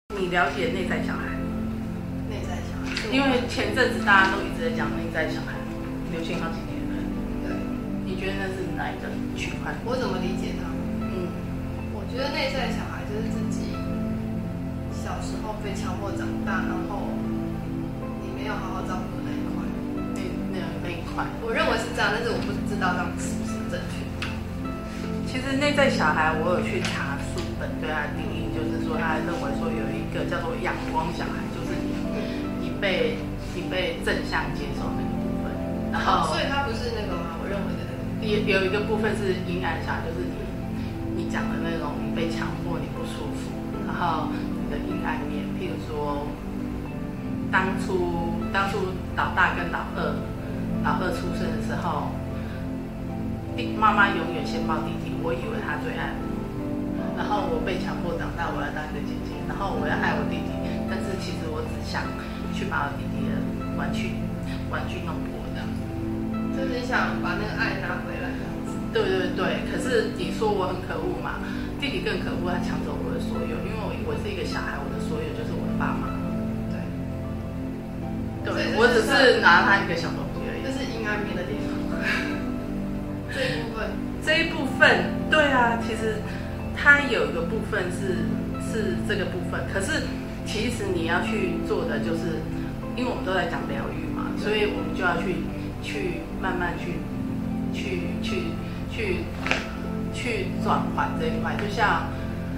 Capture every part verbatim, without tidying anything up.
你了解内在小孩？ 内在小孩， 因为前阵子大家都一直在讲内在小孩，流行好几年了。 对， 你觉得那是哪一个区块？ 我怎么理解它？ 嗯， 我觉得内在小孩就是自己小时候被强迫长大，然后你没有好好照顾那一块。 那那那一块， 我认为是这样，但是我不知道这样是不是正确。 其实内在小孩，我有去查书本对他的定义，就是说他认为说有一个叫做阳光小孩，就是你你被你被正向接受那个部分，然后所以它不是那个吗？我认为的那个。 有有一个部分是阴暗小孩，就是你你讲的那种你被强迫你不舒服，然后你的阴暗面，譬如说当初当初老大跟老二老二出生的时候。妈妈永远先抱弟弟，我以为他最爱我，然后我被强迫长大，我要当一个姐姐，然后我要爱我弟弟，但是其实我只想去把我弟弟的玩具玩具弄破这样子， 就是想把那个爱拿回来这样子。 对对对，可是你说我很可恶嘛，弟弟更可恶，他抢走我的所有，因为我我是一个小孩，我的所有就是我的爸妈。 对， 对，我只是拿他一个小东西而已。 这是阴暗面的地方。这一部分， 这一部分，对啊，其实它有一个部分是是这个部分，可是其实你要去做的就是，因为我们都在讲疗愈嘛，所以我们就要去去慢慢去去去去去转换这一块。就像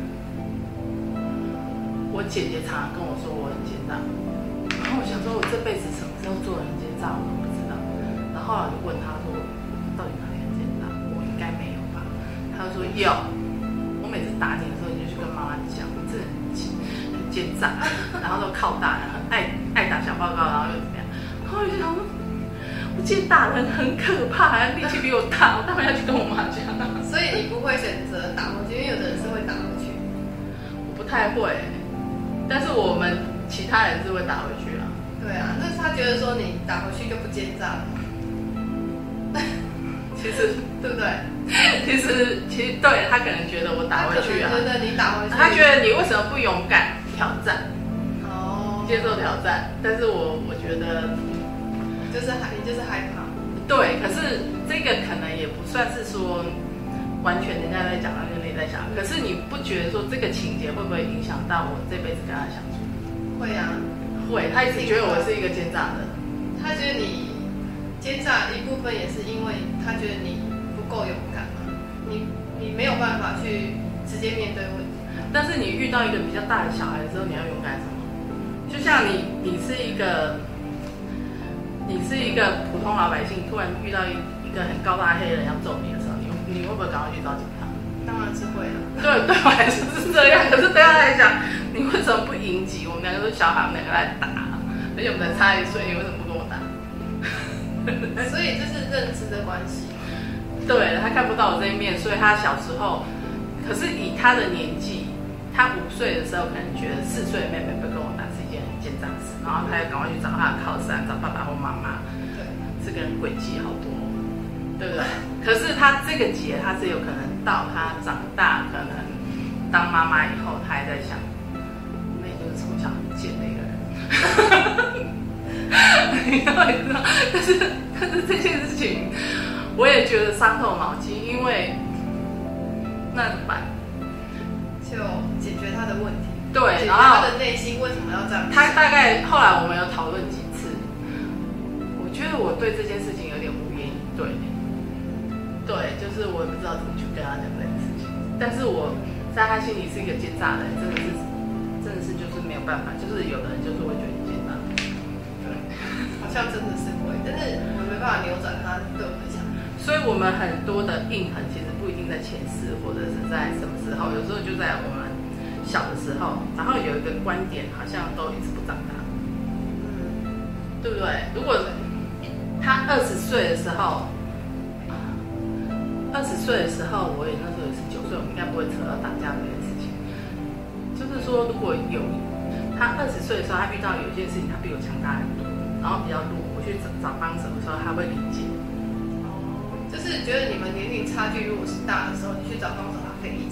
我姐姐常常跟我说我很奸诈，然后我想说我这辈子什么时候做人奸诈我都不知道，然后后来就问她说到底哪里？应该没有吧？他就说有。我每次打你的时候，你就去跟妈妈讲，你这很很奸诈，然后都靠大人，爱爱打小报告，然后又怎么样？然后我就想说，我记得打人很可怕，力气比我大，我当然要去跟我妈讲。 所以你不会选择打回去，因为有的人是会打回去。 我不太会，但是我们其他人是会打回去啊。 对啊，那他觉得说你打回去就不奸诈了。 其实对不对？ 其实其实对他可能觉得我打回去啊， 他觉得你打回去， 他觉得你为什么不勇敢挑战？ 哦， 接受挑战，但是我我觉得就是害，你就是害怕。 对，可是这个可能也不算是说完全人家在讲那个内在小孩，可是你不觉得说这个情节会不会影响到我这辈子跟他相处？ 会啊， 会，他一直觉得我是一个奸诈的， 他觉得你。奸诈一部分也是因为他觉得你不够勇敢嘛，你你没有办法去直接面对问题。 但是你遇到一个比较大的小孩的时候，你要勇敢什么？就像你你是一个你是一个普通老百姓，突然遇到一一个很高大的黑人要揍你的时候，你你会不会赶快去找警察？ 当然是会啊。 对对我来说是这样，可是对他来讲，你为什么不迎击？我们两个都小孩，我们两个来打，而且我们才差一岁，你为什么不跟我打？ 所以这是认知的关系。 对，他看不到我这一面，所以他小时候，可是以他的年纪，他五岁的时候可能觉得四岁的妹妹不跟我打是一件很奸诈的事，然后他要赶快去找他的靠山，找爸爸或妈妈。 对， 这个人诡计好多，对不对？可是他这个结，他是有可能到他长大，可能当妈妈以后，他还在想，那就是从小很贱的一个人。你知道，但是但是这件事情，我也觉得伤透脑筋，因为那怎么办？ 就解决他的问题。 对， 然后他的内心为什么要这样？ 他大概后来我们有讨论几次，我觉得我对这件事情有点无言以对。对，就是我也不知道怎么去跟他讲这件事情，但是我在他心里是一个奸诈的人，真的是真的是就是没有办法，就是有的人就是会觉得你奸诈。 好像真的是会，但是我没办法扭转他对我们的想法。 所以我们很多的印痕其实不一定在前世，或者是在什么时候，有时候就在我们小的时候，然后有一个观点好像都一直不长大，嗯，对不对？如果他二十岁的时候，二十岁的时候，我也那时候也是九岁，我们应该不会扯到打架这件事情。就是说，如果有他二十岁的时候，他遇到有一件事情，他比我强大很多。然后比较弱，我去找找帮手的时候，他会理解。 哦，就是觉得你们年龄差距如果是大的时候，你去找帮手，他可以理解你。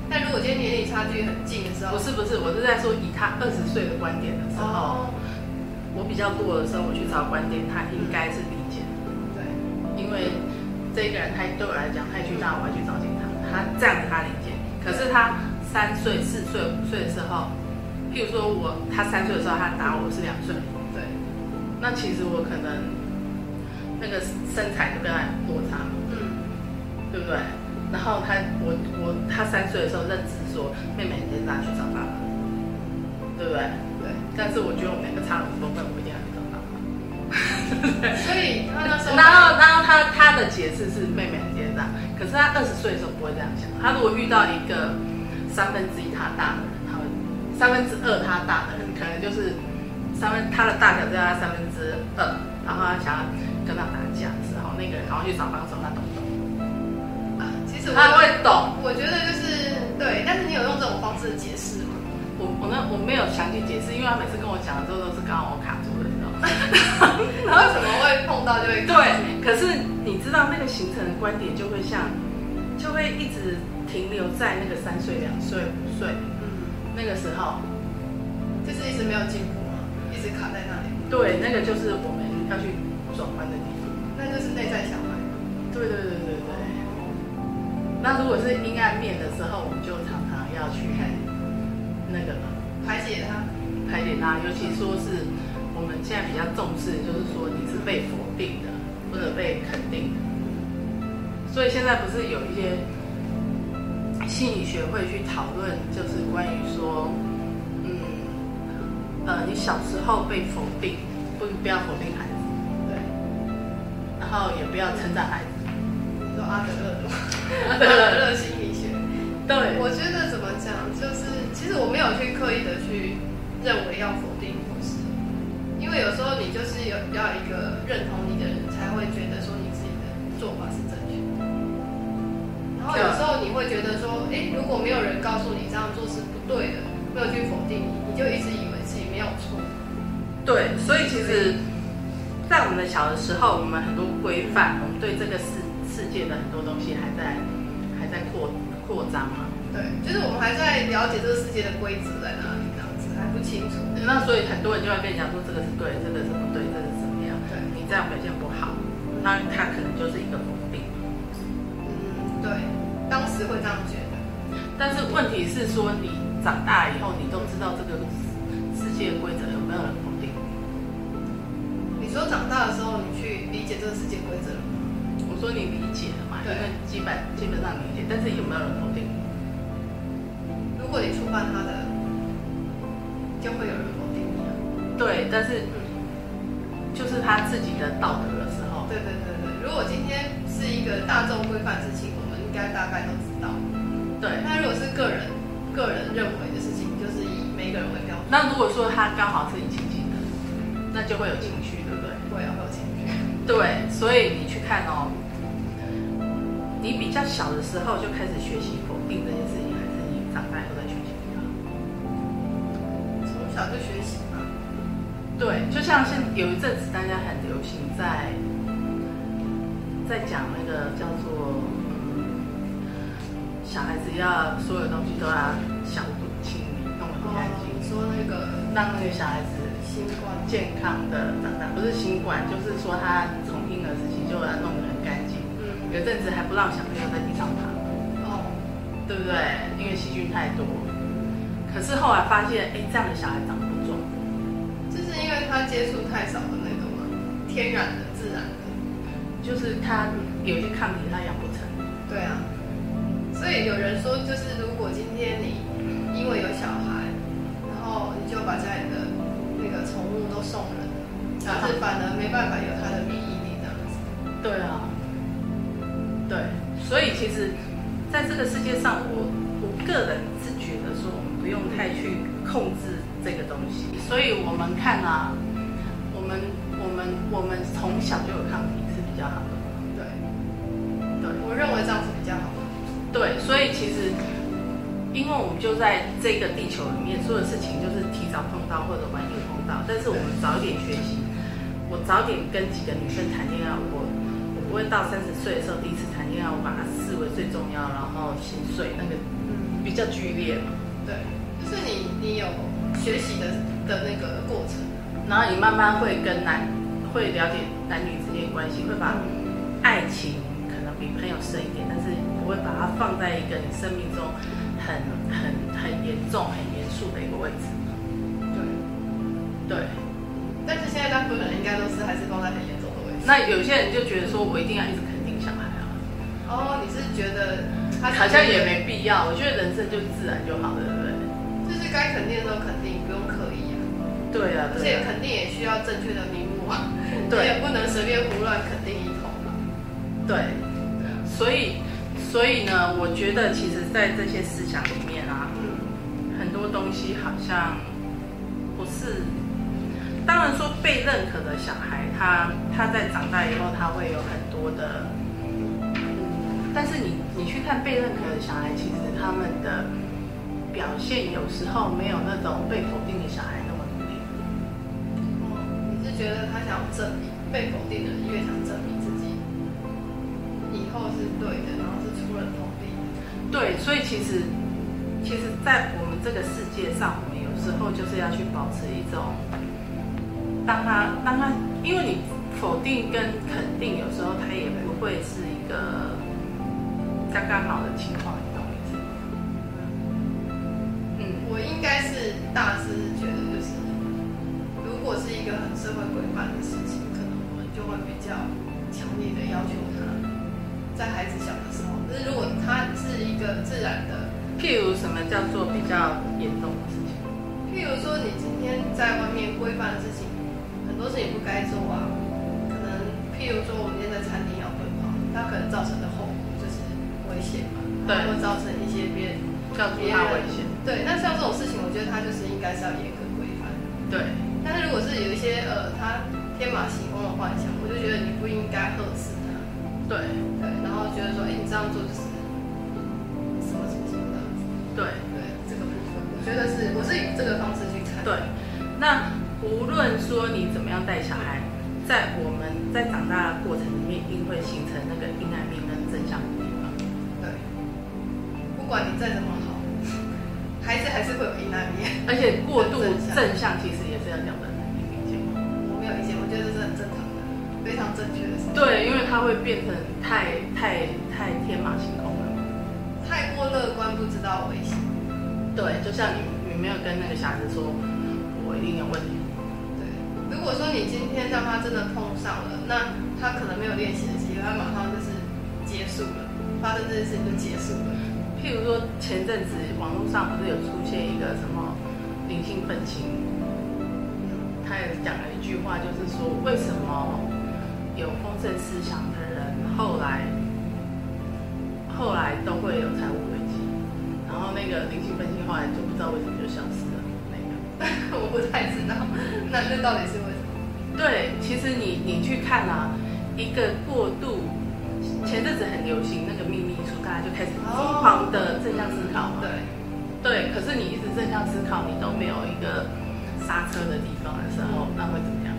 但如果今天年龄差距很近的时候， 不是不是，我是在说以他二十岁的观点的时候， 哦、 我比较多的时候我去找观点，他应该是理解的。 对， 因为这个人他对我来讲太巨大，我要去找警察，他这样子他理解。可是他三岁、四岁、五岁的时候，譬如说我他三岁的时候他打我是两岁， 对， 那其实我可能那个身材就跟他落差， 嗯， 对不对？然后他我我他三岁的时候认知说妹妹你先拿去找爸爸，对不对？ 对。 但是我觉得我们两个差了五公分，我一定要去找爸爸。 所以他那时候， 然后然后他他的解释是妹妹很接长，可是他二十岁的时候不会这样想。他如果遇到一个三分之一他大的人，他会三分之二他大的人，可能就是三分他的大小只有他三分之二，然后他想要跟他打架的时候，那个人然后去找帮手，他懂不懂？ 其实他会懂， 我觉得就是对，但是你有用这种方式解释吗？ 我我呢我没有详细解释，因为他每次跟我讲的时候都是刚好我卡住的，你知道吗？ 然后怎么会碰到就会对，可是你知道那个形成的观点就会像，就会一直停留在那个三岁、两岁、五岁，嗯，那个时候， 就是一直没有进步嘛，一直卡在那里。 对，那个就是我们要去转弯的地方， 那就是内在小孩。 对对对对对。那如果是阴暗面的时候，我们就常常要去那个排解它， 排解它。尤其说是我们现在比较重视，就是说你是被否定的或者被肯定的。所以现在不是有一些心理学会去讨论，就是关于说，嗯，呃，你小时候被否定，不不要否定孩子， 对， 然后也不要称赞孩子。 说阿德勒的，阿德勒心理学。 对， 我觉得怎么讲，就是其实我没有去刻意的去认为要否定或是，因为有时候你就是有要一个认同你的人才会觉得说你自己的做法是正确的。然后有时候你会觉得说，哎，如果没有人告诉你这样做是不对的，没有去否定你，你就一直以为自己没有错。 对，所以其实，在我们的小的时候，我们很多规范，我们对这个世世界的很多东西还在还在扩扩张嘛。 对，就是我们还在了解这个世界的规则在哪里，这样子还不清楚。 那所以很多人就会跟你讲说，这个是对，这个是不对，这是怎么样？ 对， 你这样表现不好，那他可能就是一个否定。 嗯，对，当时会这样觉得。 但是问题是说，你长大以后，你都知道这个世界规则，有没有人否定？ 你说长大的时候，你去理解这个世界规则了吗？ 我说你理解了嘛，因为基本基本上理解，但是有没有人否定？ 如果你触犯他的，就会有人否定你。 对，但是就是他自己的道德的时候。 对对对对，如果今天是一个大众规范的事情，我们应该大概都知道。 对， 那如果是个人个人认为的事情，就是以每个人为标准。 那如果说他刚好是你亲近的，那就会有情绪，对不对？ 会啊，会有情绪。 对，所以你去看哦，你比较小的时候就开始学习否定这件事情，还是你长大以后再学习它？ 从小就学习嘛。 对，就像是有一阵子大家很流行在在讲那个叫做嗯，小孩子要所有东西都要消毒清理，弄得很干净。 你说那个让那个小孩子新冠健康的长大，不是新冠，就是说他从婴儿时期就要弄得很干净。 嗯， 有阵子还不让小朋友在地上爬， 哦， 对不对？因为细菌太多。可是后来发现，哎，这样的小孩长不壮， 就是因为他接触太少的那种嘛，天然的、自然的， 就是他有一些抗体他养不成。 对啊，所以有人说，就是如果今天你因为有小孩，然后你就把家里的那个宠物都送人了，但是反而没办法有它的免疫力这样子。 对啊，对，所以其实在这个世界上，我我个人是觉得说，我们不用太去控制这个东西。所以我们看啊，我们我们我们从小就有抗体是比较好的。 对， 对， 我认为这样是比较好的。 对，所以其实，因为我们就在这个地球里面，所有事情就是提早碰到或者晚一点碰到，但是我们早一点学习，我早点跟几个女生谈恋爱，我我不会到三十岁的时候第一次谈恋爱，我把它视为最重要，然后心碎那个，不比较剧烈嘛。 对，就是你你有学习的的那个过程， 然后你慢慢会跟男会了解男女之间的关系，会把爱情可能比朋友深一点，但是不会把它放在一个你生命中很很很严重、很严肃的一个位置。对，对。 但是现在大部分人应该都是还是放在很严重的位置。 那有些人就觉得说我一定要一直肯定小孩啊。 哦，你是觉得他好像也没必要？我觉得人生就自然就好了，对不对？ 就是该肯定的时候肯定，不用刻意啊。 对啊， 而且肯定也需要正确的名目啊， 对， 也不能随便胡乱肯定一通啊。 对，所以所以呢，我觉得其实在这些思想里面啊，嗯，很多东西好像不是。当然说被认可的小孩，他他在长大以后，他会有很多的，嗯，但是你你去看被认可的小孩，其实他们的表现有时候没有那种被否定的小孩那么努力。 哦，你是觉得他想证明，被否定的人越想证明自己以后是对的，然后是出人头地的。 对，所以其实其实，在我们这个世界上，我们有时候就是要去保持一种。当他当他，因为你否定跟肯定，有时候他也不会是一个刚刚好的情况，你懂我意思吗？嗯， 我应该是大致觉得，就是如果是一个很社会规范的事情，可能我们就会比较强烈的要求他，在孩子小的时候。但是如果他是一个自然的， 譬如什么叫做比较严重的事情？ 譬如说你今天在外面规范的事情。很多事情不该做啊，可能譬如说我们今天在餐厅要奔跑，它可能造成的后果就是危险嘛，对，会造成一些别人告诉他危险。 对，那像这种事情，我觉得它就是应该是要严格规范。 对， 但是如果是有一些呃，他天马行空的幻想，我就觉得你不应该呵斥他。 对对，然后觉得说，哎，你这样做就是什么什么什么的。 对对，这个部分，我觉得是我是以这个方式去看。 对，那。无论说你怎么样带小孩，在我们在长大的过程里面，一定会形成那个阴暗面跟正向的地方。 对，不管你再怎么好，孩子还是会有阴暗面。 而且过度正向其实也是要讲的，你理解吗？ 我没有意见，我觉得这是很正常的，非常正确的事情。 对，因为它会变成太太太天马行空了， 太过乐观，不知道危险。 对，就像你你没有跟那个小孩子说，我一定有问题。 如果说你今天让他真的碰上了，那他可能没有练习的机会，他马上就是结束了，发生这件事情就结束了。 譬如说前阵子网络上不是有出现一个什么灵性愤青，他也讲了一句话，就是说为什么有丰盛思想的人后来后来都会有财务危机，然后那个灵性愤青后来就不知道为什么就消失了。 我不太知道，那那到底是为什么？ 对，其实你你去看啊，一个过度，前阵子很流行那个秘密术，大家就开始疯狂的正向思考嘛。 对， 对，可是你一直正向思考，你都没有一个刹车的地方的时候，那会怎么样？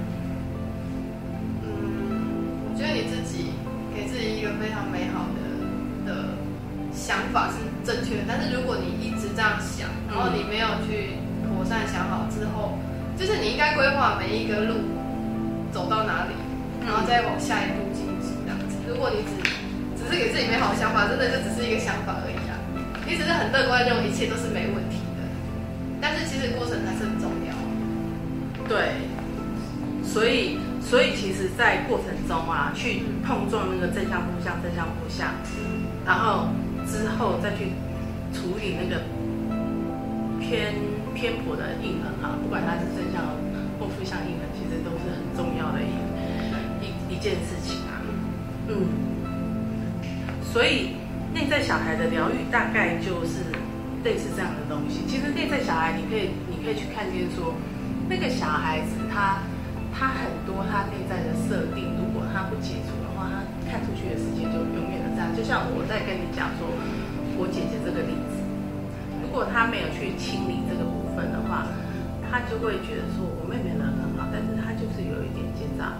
嗯，我觉得你自己给自己一个非常美好的的想法是正确的，但是如果你一直这样想，然后你没有去。妥善想好之后，就是你应该规划每一个路走到哪里，然后再往下一步进行这样子。如果你只只是给自己美好的想法，真的就只是一个想法而已啊。你只是很乐观，认为一切都是没问题的，但是其实过程还是很重要。 对，所以所以其实，在过程中啊，去碰撞那个正向负向、正向负向，然后之后再去处理那个偏。偏颇的印痕啊，不管它是正向或负向印痕，其实都是很重要的一一一件事情啊。嗯，所以内在小孩的疗愈大概就是类似这样的东西。其实内在小孩，你可以你可以去看见说，那个小孩子他他很多他内在的设定，如果他不解除的话，他看出去的世界就永远的这样。就像我在跟你讲说，我姐姐这个例子，如果他没有去清理这个部分的话，他就会觉得说我妹妹人很好，但是他就是有一点奸诈。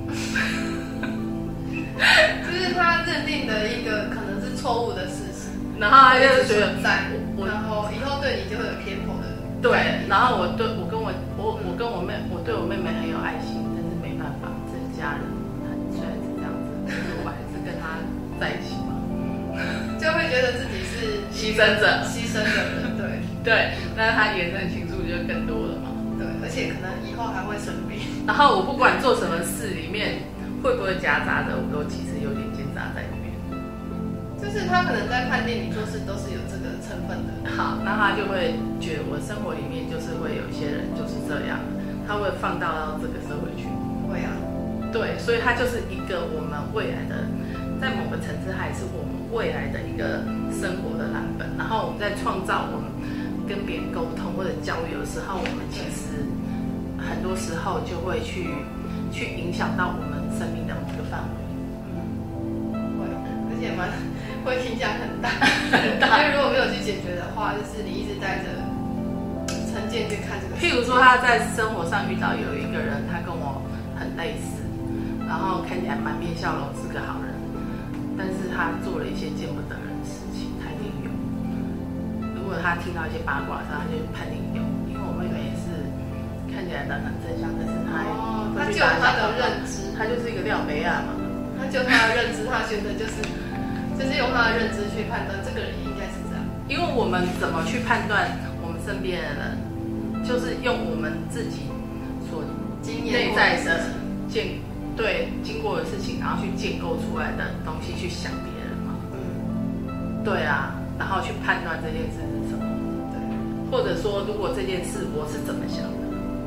就是他认定的一个可能是错误的事实， 然后他就觉得在，然后以后对你就会有偏颇的。 对，然后我对我跟我我我跟我妹，我对我妹妹很有爱心，但是没办法，这是家人，虽然是这样子，但是我还是跟她在一起嘛， 就会觉得自己是牺牲者， 牺牲的人，对对，那她延伸情愫就更多了嘛， 对，而且可能以后还会生病。 然后我不管做什么事，里面会不会夹杂的，我都其实有点兼杂在里面。 就是他可能在判定你做事都是有这个成分的。 好，那他就会觉得我生活里面就是会有一些人就是这样，他会放大到这个社会去。 会啊， 对，所以他就是一个我们未来的，在某个层次，它也是我们未来的一个生活的蓝本。然后我们在创造我们跟别人沟通或者交流的时候，我们其实很多时候就会去去影响到我们生命的某个范围。 嗯，会，而且蛮。会影响很大，很大。因为如果没有去解决的话，就是你一直带着成见去看这个。 譬如说，他在生活上遇到有一个人，他跟我很类似，然后看起来满面笑容，是个好人，但是他做了一些见不得人的事情，他一定有。如果他听到一些八卦，他就判定有。因为我妹妹也是看起来人很正向，但是他哦，他就有他的认知， 他就是一个廖北亚嘛， 他就他的认知，他觉得就是。就是用他的认知去判断这个人应该是这样， 因为我们怎么去判断我们身边的人，就是用我们自己所内在的建对经过的事情，然后去建构出来的东西去想别人嘛。嗯，对啊，然后去判断这件事是什么。对，或者说如果这件事我是怎么想的，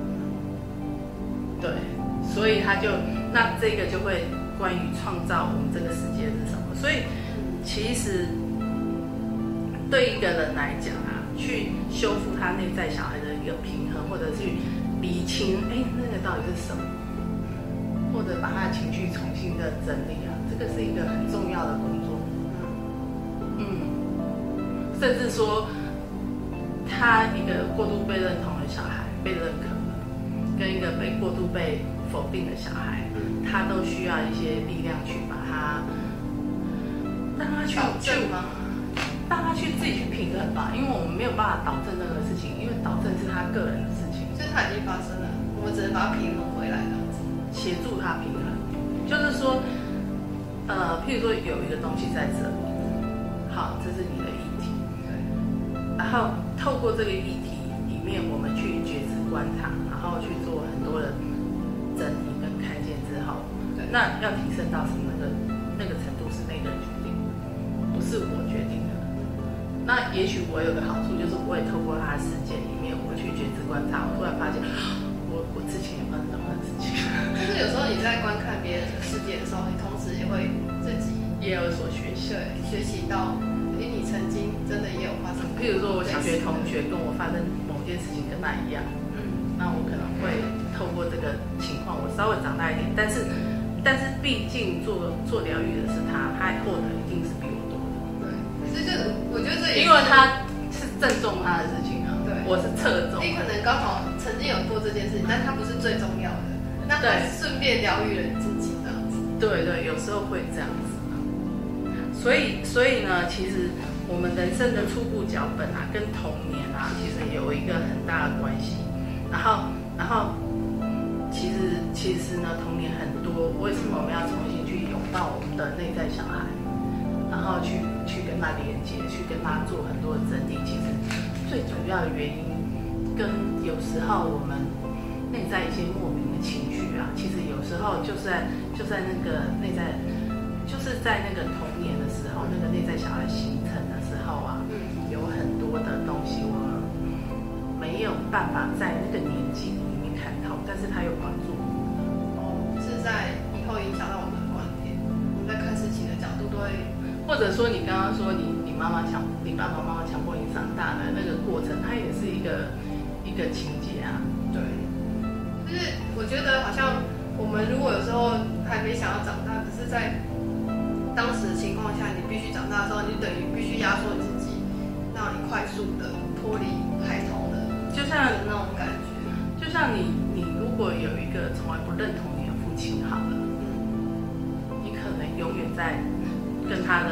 对，所以他就那这个就会关于创造我们这个世界是什么，所以。其实，对一个人来讲啊，去修复他内在小孩的一个平衡，或者去理清，哎，那个到底是什么，或者把他的情绪重新的整理啊，这个是一个很重要的工作。嗯，甚至说，他一个过度被认同的小孩被认可了，跟一个被过度被否定的小孩，他都需要一些力量去把他。让他去去吗？让他去自己去平衡吧，因为我们没有办法导正任何事情，因为导正是他个人的事情， 就是他已经发生了，我们只能把它平衡回来这样子， 协助他平衡。就是说，呃，譬如说有一个东西在这里，好，这是你的议题，对，然后透过这个议题里面，我们去觉知观察，然后去做很多的整理跟看见之后，对，那要提升到什么的那个程度是那个人决定的，不是我决定的。那也许我有个好处，就是我也透过他的世界里面，我去觉知观察，我突然发现，我我之前也发生这种事情。 就是有时候你在观看别人的世界的时候，你同时也会自己也有所学习， 对，学习到，哎，你曾经真的也有发生。 譬如说，我小学同学跟我发生某件事情跟他一样，嗯，那我可能会透过这个情况，我稍微长大一点，但是。但是毕竟做做疗愈的是他，他获得一定是比我多的。 对，可是就我觉得这也因为他是正中他的事情啊，对，我是侧重。 你可能刚好曾经有做这件事情，但它不是最重要的，那还顺便疗愈了你自己这样子。 对对，有时候会这样子。所以所以呢，其实我们人生的初步脚本啊，跟童年啊，其实有一个很大的关系。然后然后。其实，其实呢，童年很多，为什么我们要重新去拥抱我们的内在小孩，然后去去跟他连接，去跟他做很多的整理？其实最主要的原因，跟有时候我们内在一些莫名的情绪啊，其实有时候就在就在那个内在，就是在那个童年的时候，那个内在小孩形成的时候啊，嗯，有很多的东西我们没有办法在那个年纪。但是它有帮助哦，是在以后影响到我们的观点，我们在看事情的角度都会， 或者说你刚刚说你你妈妈强，你爸爸妈妈强迫你长大的那个过程，它也是一个一个情节啊。 对，就是我觉得好像我们如果有时候还没想要长大，可是在当时的情况下，你必须长大的时候，你等于必须压缩你自己，让你快速的脱离孩童的， 就像那种感觉， 就像你。如果有一个从来不认同你的父亲好了，你可能永远在跟他的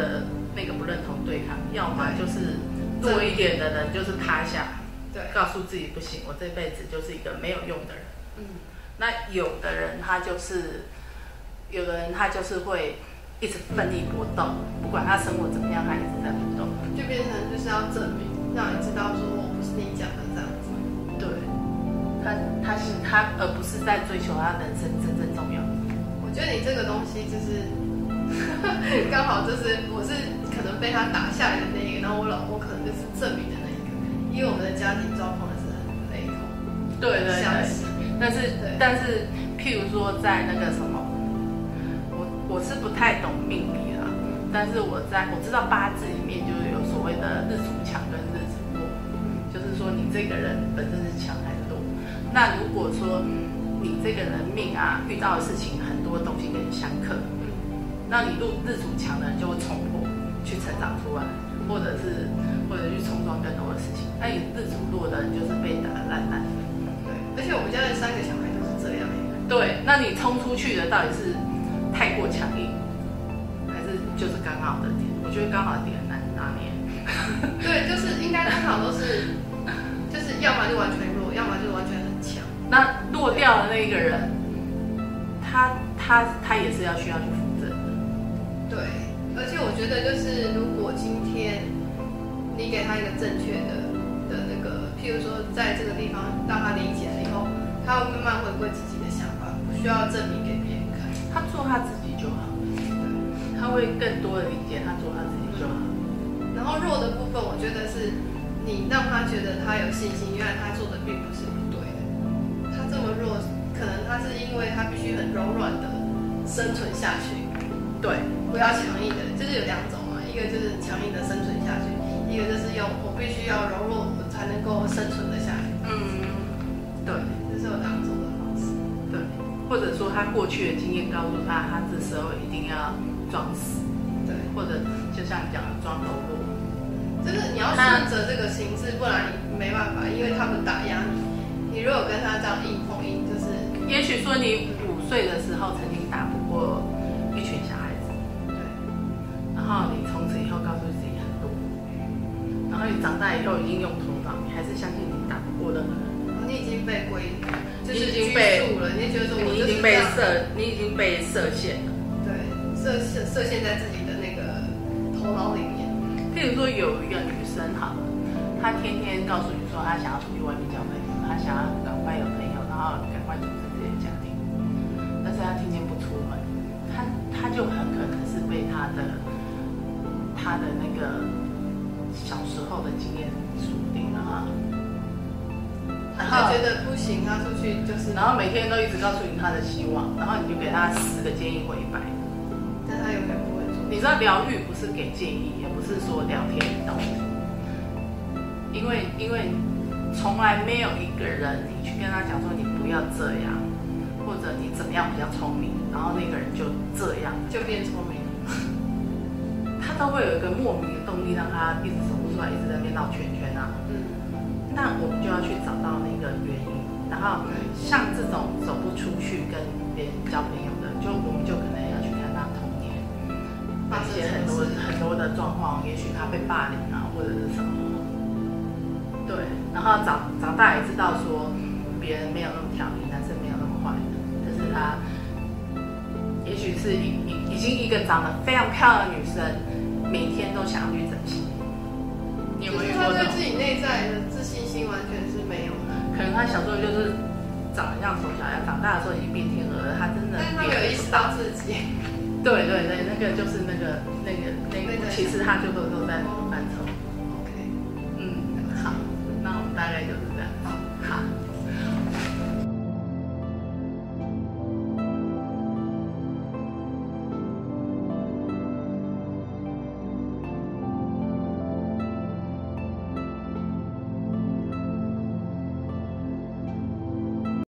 那个不认同对抗，要么就是弱一点的人就是塌下， 对， 告诉自己不行，我这辈子就是一个没有用的人。 嗯， 那有的人他就是，有的人他就是会一直奋力搏斗，不管他生活怎么样，他一直在搏斗， 就变成就是要证明，让你知道说我不是你讲的这样子。 对，他他是他，而不是在追求他人生真正重要的。 我觉得你这个东西就是刚好就是我是可能被他打下来的那一个，然后我老婆可能就是证明的那一个，因为我们的家庭状况是很雷同， 对对对， 相似。 但是但是，譬如说在那个什么，我我是不太懂命理啦，但是我在我知道八字里面就是有所谓的日主强跟日主弱，就是说你这个人本身是强还是弱。那如果说你这个人命啊遇到的事情很多东西跟你相克，那你日日主强的人就会冲破去成长出来，或者是或者去冲撞更多的事情。那你日主弱的人就是被打烂烂。 而且我们家的三个小孩都是这样。 对，那你冲出去的到底是太过强硬，还是就是刚好的点？我觉得刚好的点很难拿捏。 对，就是应该通常都是，就是要么就完全弱，要么就完全很强。 那弱掉的那一个人，他他他也是要需要去扶正的。 对，而且我觉得就是如果今天你给他一个正确的的那个，譬如说在这个地方让他理解了以后，他会慢慢回归自己的想法，不需要证明给别人看。 他做他自己就好，他会更多的理解，他做他自己就好。 然后弱的部分，我觉得是你让他觉得他有信心，原来他做的并不是不对的。他这么弱，可能他是因为他必须很柔软的生存下去。 对， 不要强硬的，就是有两种嘛，一个就是强硬的生存下去，一个就是用我必须要柔弱我才能够生存的下去。嗯， 对， 这是有两种的方式。 对，或者说他过去的经验告诉他，他这时候一定要装死。 对， 或者就像你讲的装柔弱， 就是你要顺着这个形式，不然你没办法，因为他们打压你。你如果跟他这样硬碰硬，就是也许说你五岁的时候曾经打不过一群小孩子， 对， 然后你从此以后告诉自己很多，然后你长大以后已经用头脑，你还是相信你打不过任何人， 你已经被归，就你是已经被了，你觉得说你已经被设，你已经被设限了， 对，设设设限在自己的那个头脑里面。 譬如说有一个女生好了，她天天告诉你说她想要出去外面交朋友，她想要赶快有朋友，然后赶快组织自己的家庭，但是她天天不出门，她她就很可能是被她的她的那个小时候的经验锁定了哈。 他觉得不行，他出去就是， 然后每天都一直告诉你他的希望，然后你就给他十个建议回一百， 但他永远不会做。 你知道疗愈不是给建议，也不是说聊天引导，因为因为从来没有一个人你去跟他讲说你不要这样，或者你怎么样比较聪明，然后那个人就这样就变聪明， 他都会有一个莫名的动力让他一直走不出来，一直在那边绕圈圈啊。嗯，那我们就要去找到那个原因，然后像这种走不出去跟别人交朋友的，就我们就可能要去看他童年那些很多很多的状况，也许他被霸凌啊，或者是什么，对，然后长长大也知道说别人没有那么调皮，男生没有那么坏的，但是他也许是已已经一个长得非常漂亮的女生，每天都想要去整形。你有没有遇过这种？ 就是他对自己内在的自信心完全是没有的。 可能他小时候就是长得像丑小鸭，长大的时候已经变天鹅了。他真的， 但是他没有意识到自己。 对对对，那个就是那个那个那个，其实他就都都在